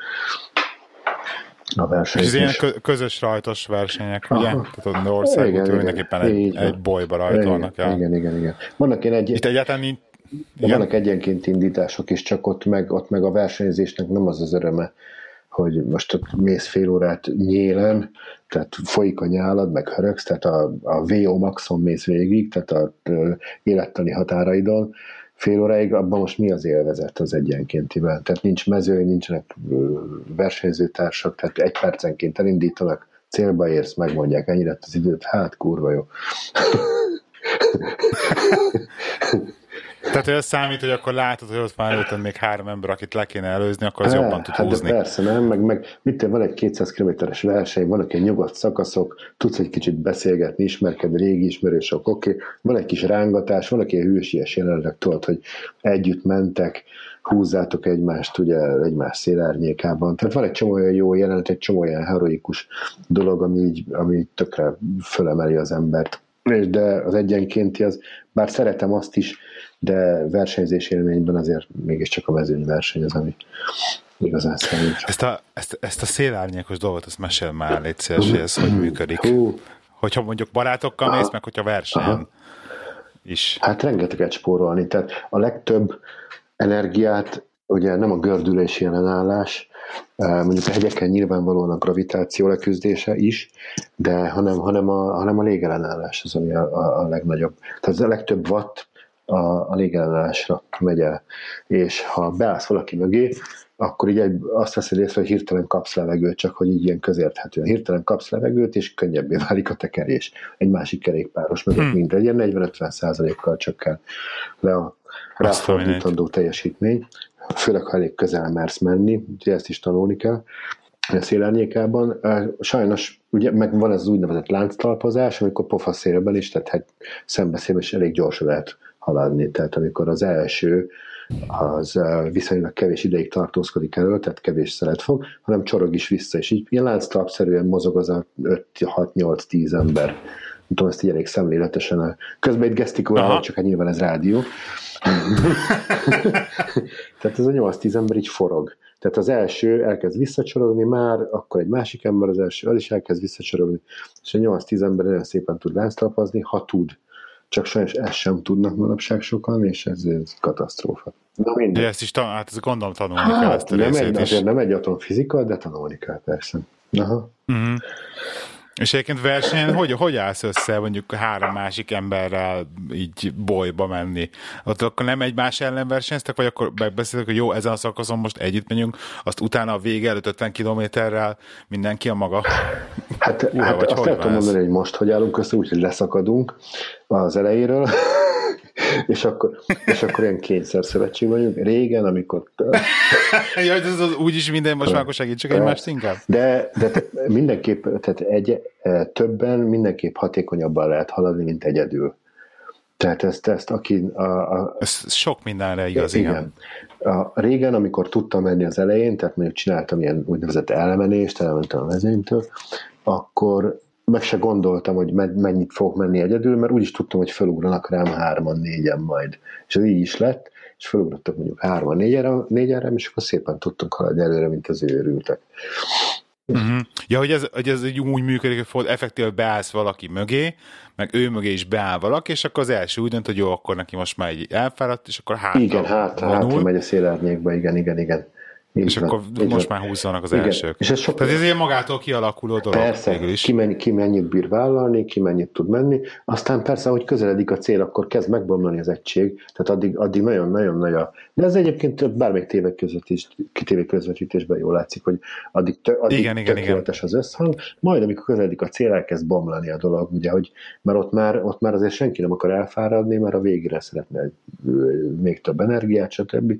A versenyt. És ez ilyen közös rajtos versenyek, ugye? Aha. Tehát az országúton mindenképpen egy, egy bolyba rajtolnak el. Igen, igen, igen. Vannak ilyen egy... Itt egyáltalán nincs... Vannak egyenként indítások is, csak ott meg, ott meg a versenyzésnek nem az az öröme, hogy most ott mész fél órát nyélen, tehát folyik a nyálad, meg hörögsz, tehát a, a vé o maxon mész végig, tehát a élettani határaidon, fél óráig, abban most mi az élvezet az egyenkéntiben? Tehát nincs mező, nincsenek versenyzőtársak, tehát egy percenként elindítanak, célba érsz, megmondják, ennyi lett az időt, hát kurva jó. Tehát, hogy az számít, hogy akkor látod, hogy ott van előtted még három ember, akit le kéne előzni, akkor az hát, jobban tud hát húzni. Persze, nem, meg, meg mit van egy kétszáz kilométeres verseny, vannak ilyen nyugodt szakaszok, tudsz egy kicsit beszélgetni, ismerkedni, régi ismerősök, oké, okay. Van egy kis rángatás, vannak ilyen hősies jelenetek, tudod, hogy együtt mentek, húzzátok egymást, ugye, egymás szélárnyékában. Tehát van egy csomó olyan jó jelenet, egy csomó olyan heroikus dolog, ami így, ami így tökre fölemeli az embert. De az egyenkénti az, bár szeretem azt is, de versenyzés élményben azért mégiscsak a mezőnyverseny az, ami igazán számít. Ezt a, ezt, ezt a szélárnyékos dolgot, ezt mesél már, légy szíves, hogy ez hogy működik. Uh. Hogyha mondjuk barátokkal mész, meg hogyha versenyen Aha. is. Hát rengeteget spórolni. Tehát a legtöbb energiát, ugye nem a gördülési ellenállás, mondjuk a hegyeken nyilvánvalóan a gravitáció leküzdése is, de hanem, hanem, a, hanem a légellenállás az, ami a, a, a legnagyobb. Tehát a legtöbb watt a, a légellenállásra megy el. És ha beállsz valaki mögé, akkor így egy, azt veszed észre, hogy hirtelen kapsz levegőt, csak hogy így ilyen közérthetően. Hirtelen kapsz levegőt, és könnyebbé válik a tekerés. Egy másik kerékpáros mögött hmm. mindegy, ilyen negyven-ötven százalékkal csökken le a ráfordítandó teljesítmény, főleg ha elég közel mersz menni, úgyhogy ezt is tanulni kell. A szélárnyékában sajnos ugye meg van ez az úgynevezett lánctalpozás, amikor pofaszélben is, tehát hát szembeszélben is elég gyorsan lehet haladni. Tehát amikor az első az viszonylag kevés ideig tartózkodik elő, tehát kevés szeret fog, hanem csorog is vissza, és így ilyen lánctalpszerűen mozog az a öt hat nyolc tíz ember. Nem tudom, ezt így elég szemléletesen. Közben egy gesztikuláló, csak hát nyilván ez rádió. Tehát ez a nyolc tíz ember így forog. Tehát az első elkezd visszacsorogni már, akkor egy másik ember az első, az is elkezd visszacsorogni, és a nyolc tíz ember nagyon szépen tud lánctalpazni, ha tud. Csak sajnos ezt sem tudnak manapság sokan, és ez, ez katasztrófa. Na mindegy. De ezt is, hát ezt gondolom tanulni hát, kell ezt a nem részét egy, is. Azért nem egy atomfizika, de tanulni kell persze. Aha. Uh-huh. És egyébként versenyen hogy, hogy állsz össze mondjuk három másik emberrel így bolyba menni? Ott akkor nem egymás ellen versenyeztek, vagy akkor megbeszéltek, hogy jó, ezen a szakaszon most együtt megyünk, azt utána a vége előtt ötven kilométerrel mindenki a maga? Hát, Uha, hát azt nem tudom mondani, hogy most hogy állunk össze, úgyhogy leszakadunk az elejéről, és akkor, és akkor ilyen kényszer szövetség vagyunk. Régen, amikor... ja, ez az, úgyis minden, most már akkor segítsek egymást inkább. De, de mindenképp, tehát egy, többen mindenképp hatékonyabban lehet haladni, mint egyedül. Tehát ezt, ezt aki... A, a, ez sok mindenre igaz, igen. igen. A, régen, amikor tudtam menni az elején, tehát mondjuk csináltam ilyen úgynevezett elmenést, elmentem a vezénytől, akkor meg se gondoltam, hogy mennyit fogok menni egyedül, mert úgyis tudtam, hogy felugranak rám hárman, négyen majd. És ez így is lett, és felugrottak mondjuk hárman, négyen, négyen, és akkor szépen tudtunk haladni előre, mint az őrültek. Uh-huh. Ja, hogy ez, hogy ez úgy működik, hogy effektíve beállsz valaki mögé, meg ő mögé is beáll valaki, és akkor az első úgy dönt, hogy jó, akkor neki most már egy elfáradt, és akkor hátra igen, hátra, hátra megy a szélárnyékba, igen, igen, igen. Így és van, akkor most van. Már húzzanak az igen. elsők. És ez sok... Tehát ez ilyen magától kialakuló dolog. Persze, ki, mennyi, ki mennyit bír vállalni, ki mennyit tud menni, aztán persze, ahogy közeledik a cél, akkor kezd megbomlani az egység, tehát addig, addig nagyon-nagyon nagy a... De ez egyébként bármelyik tévéközvetítés, tévéközvetítésben jól látszik, hogy addig, tö, addig igen, tökéletes igen, az összhang, majd amikor közeledik a cél, elkezd bomlani a dolog, ugye, hogy mert ott már, ott már azért senki nem akar elfáradni, mert a végére szeretne még több energiát, stb.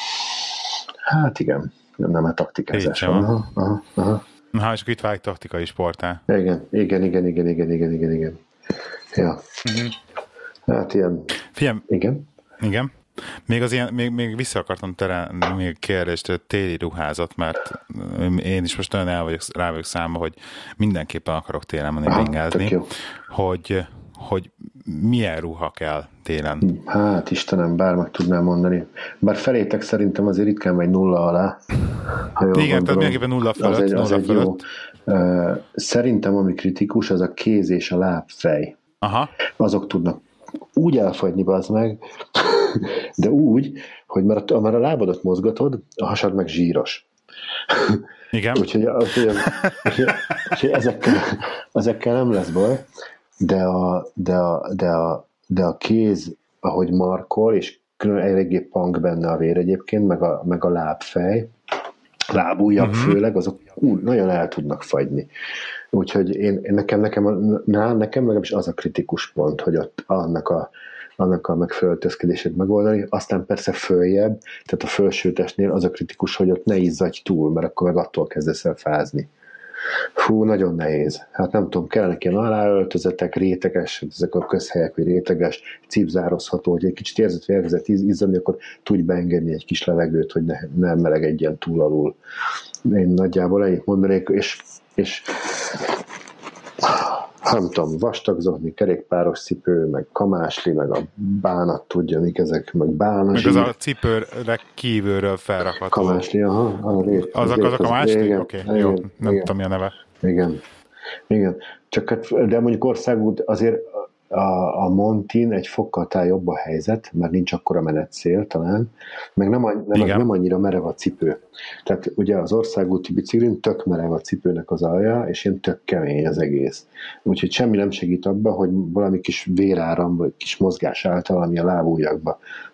Hát igen, nem, nem a taktikázás. Aha, aha, aha. Na, és akkor itt válik taktikai sportál. Igen, igen, igen, igen, igen, igen, igen, igen. Ja. Uh-huh. Hát ilyen. Figyelj, igen. Igen. Még, az ilyen, még, még vissza akartam terelni még kérdést, téli ruházat, mert én is most nagyon el vagyok, rá vagyok számba, hogy mindenképpen akarok télen menni bringázni, hogy, hogy milyen ruha kell télen. Hát Istenem, bár meg tudnám mondani. Bár felétek szerintem azért ritkán megy nulla alá. Ha igen, tehát mindenképpen nulla fölött. Az egy, az egy jó. Uh, szerintem ami kritikus, az a kéz és a lábfej. Aha. Azok tudnak úgy elfagyni, bazd meg, de úgy, hogy már a, már a lábadat mozgatod, a hasad meg zsíros. Igen. Úgyhogy, úgyhogy, úgyhogy, úgyhogy ezekkel, ezekkel nem lesz baj, de a, de a, de a, de a kéz, ahogy markol, és külön eléggé punk benne a vér egyébként, meg a, meg a lábfej, lábújak uh-huh. főleg, azok ú, nagyon el tudnak fagyni. Úgyhogy én, nekem, nekem, nekem, nekem legalábbis az a kritikus pont, hogy ott annak a, annak a megföltözkedését megoldani, aztán persze följebb, tehát a felsőtestnél az a kritikus, hogy ott ne izzadj túl, mert akkor meg attól kezdesz el fázni. Fú, nagyon nehéz. Hát nem tudom, kellenek ilyen aláöltözetek, réteges, ezek a közhelyek, hogy réteges, cipzározható, hogy egy kicsit érzett, hogy elkezdett izzadni, akkor tudj beengedni egy kis levegőt, hogy ne, ne melegedjen túl alul. Én nagyjából ennyit mondanék, és, és nem tudom, vastagzokni, kerékpáros cipő, meg kamásli, meg a bánat tudja, mik ezek, meg bánazsír. Meg az a cipőre kívülről felrakható. Kamásli, aha. A rét, azok, rét, azok a másik? Oké, okay, jó, nem igen. tudom, mi a neve. Igen, igen. Csak hát, de mondjuk országút azért a, a Montin egy fokkal talán jobb a helyzet, mert nincs akkora menetszél talán, meg nem, nem, nem annyira merev a cipő. Tehát ugye az országúti biciklin tök merev a cipőnek az alja, és ilyen tök kemény az egész. Úgyhogy semmi nem segít abba, hogy valami kis véráram, vagy kis mozgás által, ami a lábújakba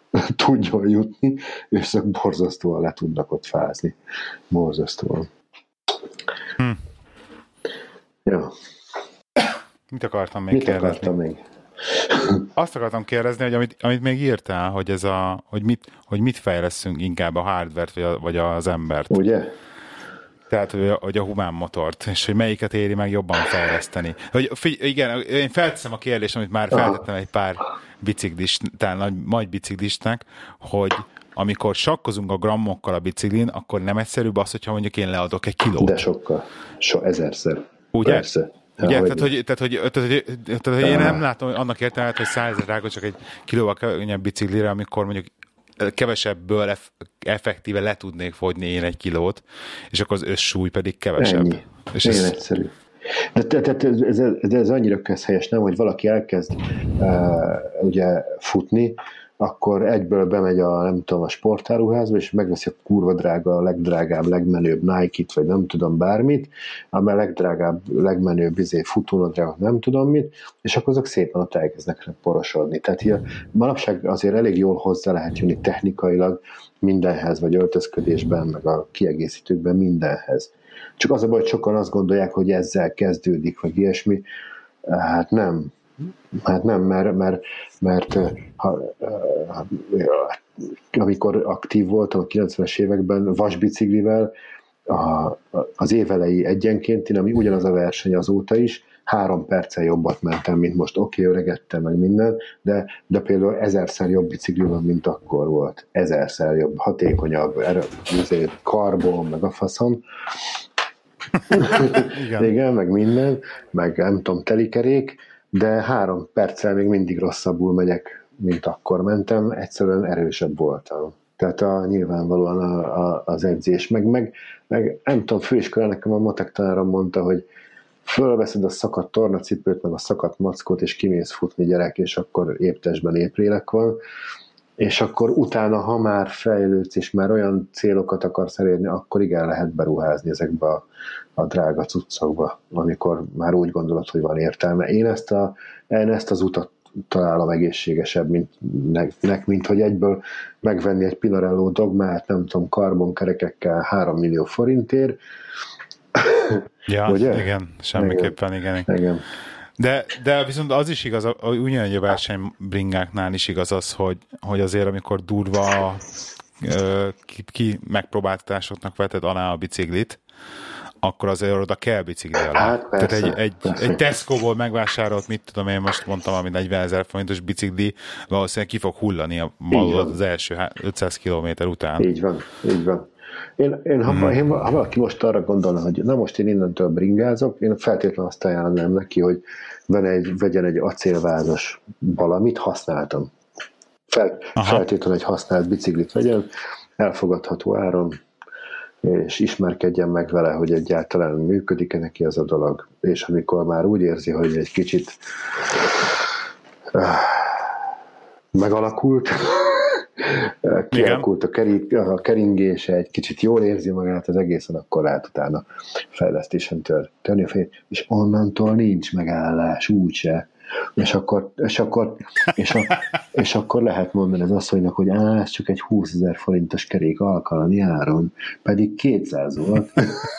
tudjon jutni, és azok borzasztóan le tudnak ott fázni. Borzasztóan. Hm. Ja. Mit akartam még Mit kérdezni? akartam még? Azt akartam kérdezni, hogy amit, amit még írtál, hogy, ez a, hogy, mit, hogy mit fejleszünk inkább, a hardware-t vagy, a, vagy az embert. Ugye? Tehát, hogy a, hogy a humán motort, és hogy melyiket éri meg jobban fejleszteni. Hogy, figy- igen, én felteszem a kérdést, amit már feltettem egy pár biciklist, talán nagy, nagy biciklisnek, hogy amikor sakkozunk a grammokkal a biciklin, akkor nem egyszerűbb az, hogyha mondjuk én leadok egy kilót. De sokkal. So, ezerszer. Ugye? Persze. Ugye? Ja, Tehát, hogy, tehát, hogy, tehát, hogy, tehát, hogy én nem látom annak értelmet, hogy százezer rákot csak egy kilóval könnyebb biciklire, amikor mondjuk kevesebből eff- effektíve le tudnék fogyni én egy kilót, és akkor az összsúly pedig kevesebb. Ennyi. És Én ez... egyszerű. De, de, de, de, ez, de ez annyira közhelyes, nem, hogy valaki elkezd uh, ugye futni, akkor egyből bemegy a, nem tudom, a sportáruházba, és megveszi a kurva drága, a legdrágább, legmenőbb Nike-t, vagy nem tudom bármit, amely legdrágább, legmenőbb izé, futónadrágot, nem tudom mit, és akkor azok szépen ott elkezdnek porosodni. Tehát ilyen, manapság azért elég jól hozzá lehet jönni technikailag mindenhez, vagy öltözködésben, meg a kiegészítőkben mindenhez. Csak az a baj, hogy sokan azt gondolják, hogy ezzel kezdődik, vagy ilyesmi. Hát nem. Hát nem, mert, mert, mert ha, ha, amikor aktív voltam a kilencvenes években vasbiciklivel, a, az évelei egyenként, én, ami ugyanaz a verseny azóta is, három perccel jobbat mentem, mint most. Oké, okay, öregettem meg minden, de, de például ezerszer jobb bicikli van, mint akkor volt. Ezerszer jobb, hatékonyabb, erő, karbon, meg a faszom. Igen. Igen, meg minden, meg nem tudom, telikerék, de három perccel még mindig rosszabbul megyek, mint akkor mentem, egyszerűen erősebb voltam. Tehát a, nyilvánvalóan a, a, az edzés, meg, meg, meg nem tudom, főiskolán nekem a matek tanárom mondta, hogy fölveszed a szakadt tornacipőt, meg a szakadt mackót, és kimész futni, gyerek, és akkor épp testben épp lélek van, és akkor utána, ha már fejlődsz, és már olyan célokat akarsz elérni, akkor igen, lehet beruházni ezekbe a, a drága cuccokba, amikor már úgy gondolod, hogy van értelme. Én ezt, a, én ezt az utat találom egészségesebb, mint, nek, mint hogy egyből megvenni egy Pinarello dogmát, nem tudom, karbonkerekekkel három millió forintért. Ja, ugye? Igen, semmiképpen, igen. igen. igen. De, de viszont az is igaz, ugyanúgy a versenybringáknál is igaz az, hogy, hogy azért amikor durva ki, ki megpróbáltatásoknak veted alá a biciklit, akkor azért oda kell bicikli alá. Hát persze, Tehát egy, egy, egy Tesco-ból megvásárolt, mit tudom én most mondtam, ami negyvenezer forintos bicikli, valószínűleg ki fog hullani a az első ötszáz kilométer után. Így van, így van. Én, én, ha, hmm. én, ha valaki most arra gondolna, hogy na most én innentől bringázok, én feltétlenül azt ajánlanám neki, hogy egy, vegyen egy acélvázas valamit, használtam. Fel, feltétlenül egy használt biciklit vegyen, elfogadható áron, és ismerkedjen meg vele, hogy egyáltalán működik-e neki az a dolog. És amikor már úgy érzi, hogy egy kicsit uh, megalakult, kialakult a, keri, a keringése, egy kicsit jól érzi magát az egészen, akkor lehet utána fejlesztésen tör, törni a fejét, és onnantól nincs megállás, úgyse. És akkor, és akkor, és, a, és akkor lehet mondani az asszonynak, hogy á, ez csak egy húszezer forintos kerék alkalmi áron, pedig kétszáz volt.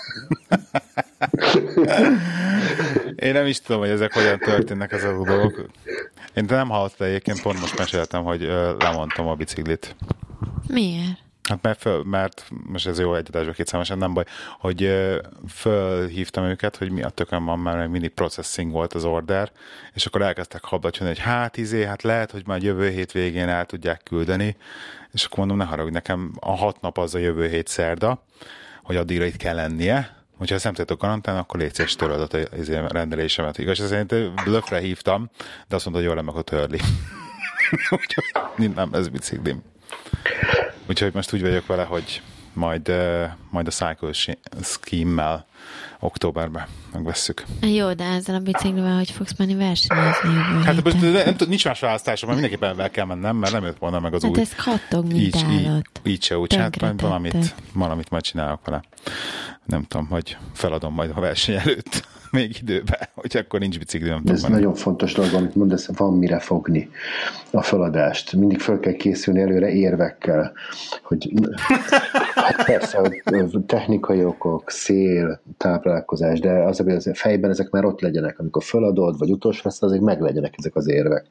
Én nem is tudom, hogy ezek hogyan történnek ezek a dolgok. Én nem hallottam, egyébként pont most meséltem, hogy lemondtam a biciklit. Miért? Hát mert, föl, mert most ez jó egyadásban kétszámosan, nem baj, hogy fölhívtam őket, hogy mi a tökön van, mert mindig processing volt az order, és akkor elkezdtek hablatyolni, hogy hát izé, hát lehet, hogy már jövő hét végén el tudják küldeni, és akkor mondom, ne haragudj, nekem a hat nap az a jövő hét szerda, hogy addigra itt kell lennie, hogyha ezt nem tudtok garantálni, akkor légy szíves töröld a rendelésemet. Igaz, szerint blöffre hívtam, de azt mondta, hogy jól nem akkor törli. Úgyhogy nem, ez biciklim. Úgyhogy most úgy vagyok vele, hogy majd, uh, majd a Cycle Scheme-mel októberben megvesszük. Jó, de ezzel a biciklivel hogy fogsz menni versenyezni jövő Hát most nem, nem, nincs más választásom, mert mindenképpen el kell mennem, mert nem jött volna meg az hát új. Hát ez kattog, mint így, állat. Így, így se úgy, hát majd valamit, valamit majd csinálok vele. Nem tudom, hogy feladom majd a verseny előtt. még időben, hogy akkor nincs bicikli, nem tudom. Ez menni. Nagyon fontos dolog, amit mondasz, van mire fogni a feladást. Mindig fel kell készülni előre érvekkel, hogy hát persze, hogy technikai okok, szél, táplálkozás, de az, hogy a fejben ezek már ott legyenek, amikor feladod, vagy utolsó lesz, azért meg legyenek ezek az érvek.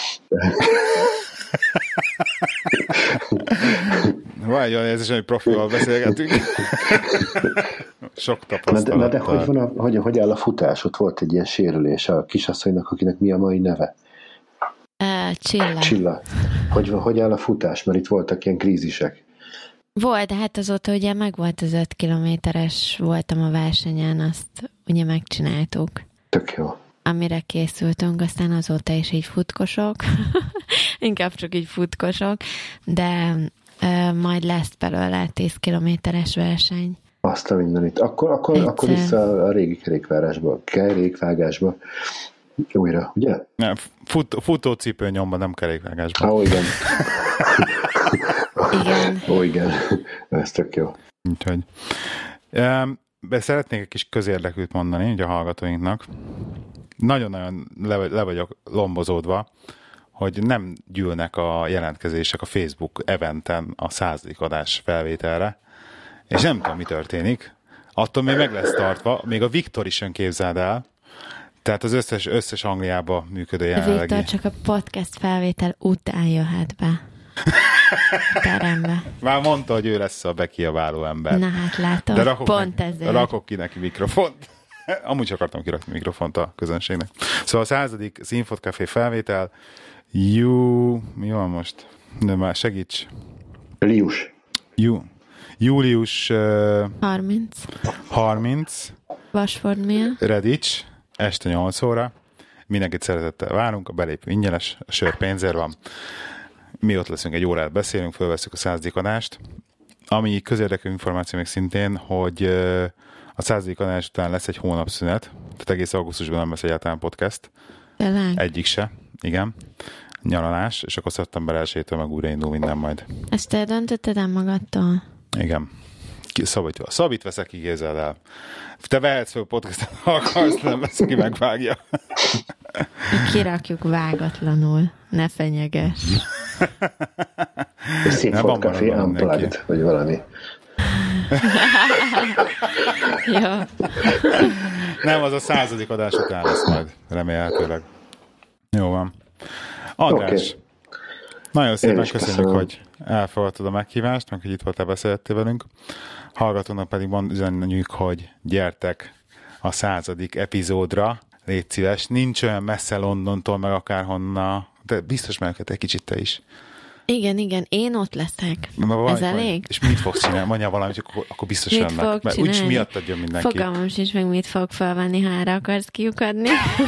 Van egy olyan érzés, hogy profival beszélgetünk. Sok tapasztalattal. Na de, de hogy, van a, hogy, hogy áll a futás? Ott volt egy ilyen sérülés a kisasszonynak, akinek mi a mai neve? Uh, Csilla. Csilla. Hogy, hogy áll a futás? Mert itt voltak ilyen krízisek. Volt, de hát azóta ugye megvolt az öt kilométeres, voltam a versenyen, azt ugye megcsináltuk. Tök jó. Amire készültünk, aztán azóta is így futkosok. Inkább csak így futkosok, de uh, majd lesz belőle tíz kilométeres verseny. Azt a mindenit. Akkor, akkor, akkor vissza a régi kerékvágásba, kerékvágásba. Újra, ugye? Nem, fut, futócipő nyomban, nem kerékvágásban. Ó, igen. Igen. Ó, igen. Ez tök jó. Úgyhogy. De szeretnék egy kis közérdekűt mondani ugye a hallgatóinknak. Nagyon-nagyon le, le vagyok lombozódva, hogy nem gyűlnek a jelentkezések a Facebook eventen a századik adás felvételre, és nem tudom, mi történik. Attól még meg lesz tartva, még a Viktor is önképzeld el, tehát az összes, összes Angliában működő jelenlegi. Viktor csak a podcast felvétel után jöhet be. Terembe. Már mondta, hogy ő lesz a bekiabáló ember. Na hát látom, de rakok pont neki, ezért. Rakok ki neki mikrofont. Amúgy csak akartam kirakni mikrofont a közönségnek. Szóval a századik Színfot Café felvétel. Jú... Mi van most? De már segíts. Lius. Jú. Július... Uh, harminc. harminc. Vasford Mill. Redics. Este nyolc óra. Mindenkit szeretettel várunk. A belépő ingyenes. A sör pénzért van. Mi ott leszünk, egy órát beszélünk, fölveszünk a századik adást. Ami közérdekű információ még szintén, hogy a századik adás után lesz egy hónapszünet, tehát egész augusztusban nem lesz egyáltalán podcast. Tényleg? Egyik se, igen. Nyaralás, és akkor szeptember elsejétől meg újraindul minden majd. Ezt te döntötted el magadtól? Igen. Szabít, szabít veszek, kigézel el. Te vehetsz fel podcastet, ha akarsz, nem lesz, ki megvágja. Kirakjuk vágatlanul. Ne fenyeges. Színfot Café Unplugged, vagy valami. Jó. Nem, az a századik adás után lesz majd, remélhetőleg. Jó van. András, okay. Nagyon szépen köszönjük, köszönöm. Hogy elfogadtad a meghívást, meg hogy itt voltál, beszéltél velünk. Hallgatónak pedig mond üzenjük, hogy gyertek a századik epizódra, légy szíves. Nincs olyan messze Londontól, meg akárhonna, de biztos meg egy kicsit te is. Igen, igen, én ott leszek. Vaj, Ez elég? És mit fogsz csinálni? Mondja valamit, akkor, akkor biztos mit jönnek. Mert úgyis miattad jön mindenki. Fogalmam sincs meg, mit fog felvenni, ha erre akarsz kiukadni.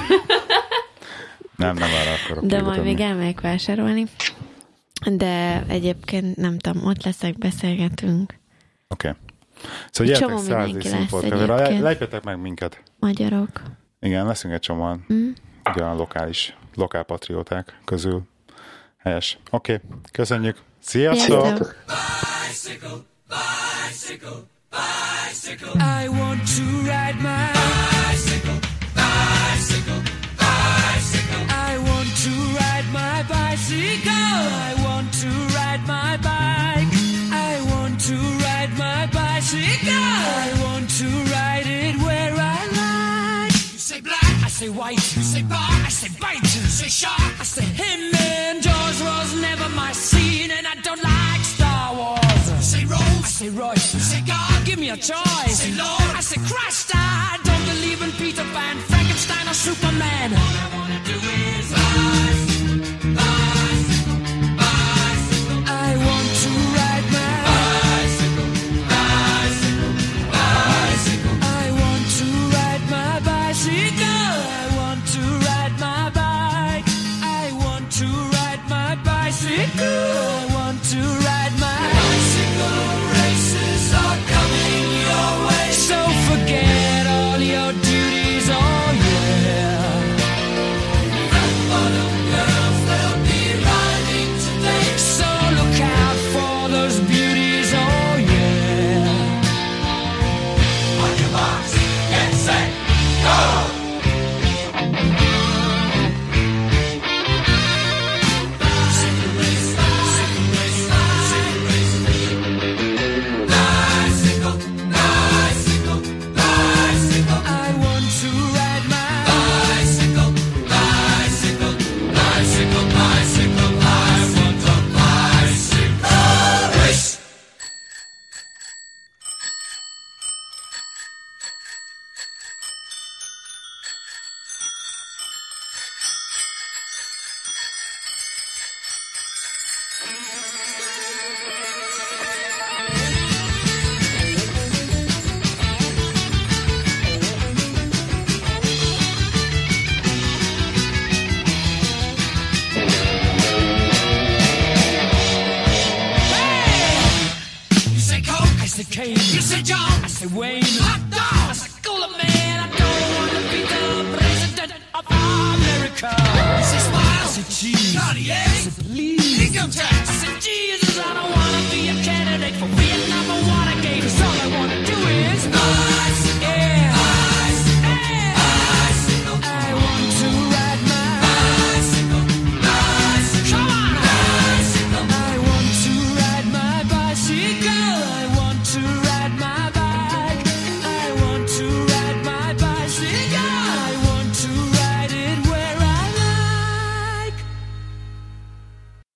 Nem, nem arra akarok. De majd még elmegyek vásárolni. De egyébként nem tudom, ott leszek, beszélgetünk. Oké. Okay. Szóval gyertek századik színfoltra. Lejpetek meg minket. Magyarok. Igen, leszünk egy csomóan. Mm. Ugye a lokális, lokálpatrióták közül. Helyes. Oké, okay. Köszönjük. Sziasztok! Sziasztok! Bicycle, bicycle, bicycle. I want to ride my bicycle, bicycle, bicycle. I want to ride my bicycle. I want to ride my bike. I want to ride my bicycle. I want to ride it where I like. You say black, I say white. You say bar, I say bite. You say shark, I say him. And Jaws was never my scene, and I don't like Star Wars. You say Rose, I say Royce. You say God, give me a choice. Say Lord, I say Christ. I don't believe in Peter Pan, Frankenstein, or Superman. All I wanna do is rise, rise, bicycle. I want to ride my bicycle, bicycle, bicycle. I want to ride my bicycle. I want to ride my bike. I want to ride my bicycle. I want to ride my bicycle. Races are coming your way, so forget all your duties. Oh yeah. Fat bottom girls, they'll be riding today, so look out for those beauties. Oh yeah. On your marks, get set, go. say John. I say Wayne. Hot dog. I say Cooler Man. I don't want to be the president of America. I say Smile. I say Cheese. Cartier. I say Please. Income tax. I say Jesus. I don't want to be a candidate for Vietnam or Watergate. It's all I want to do.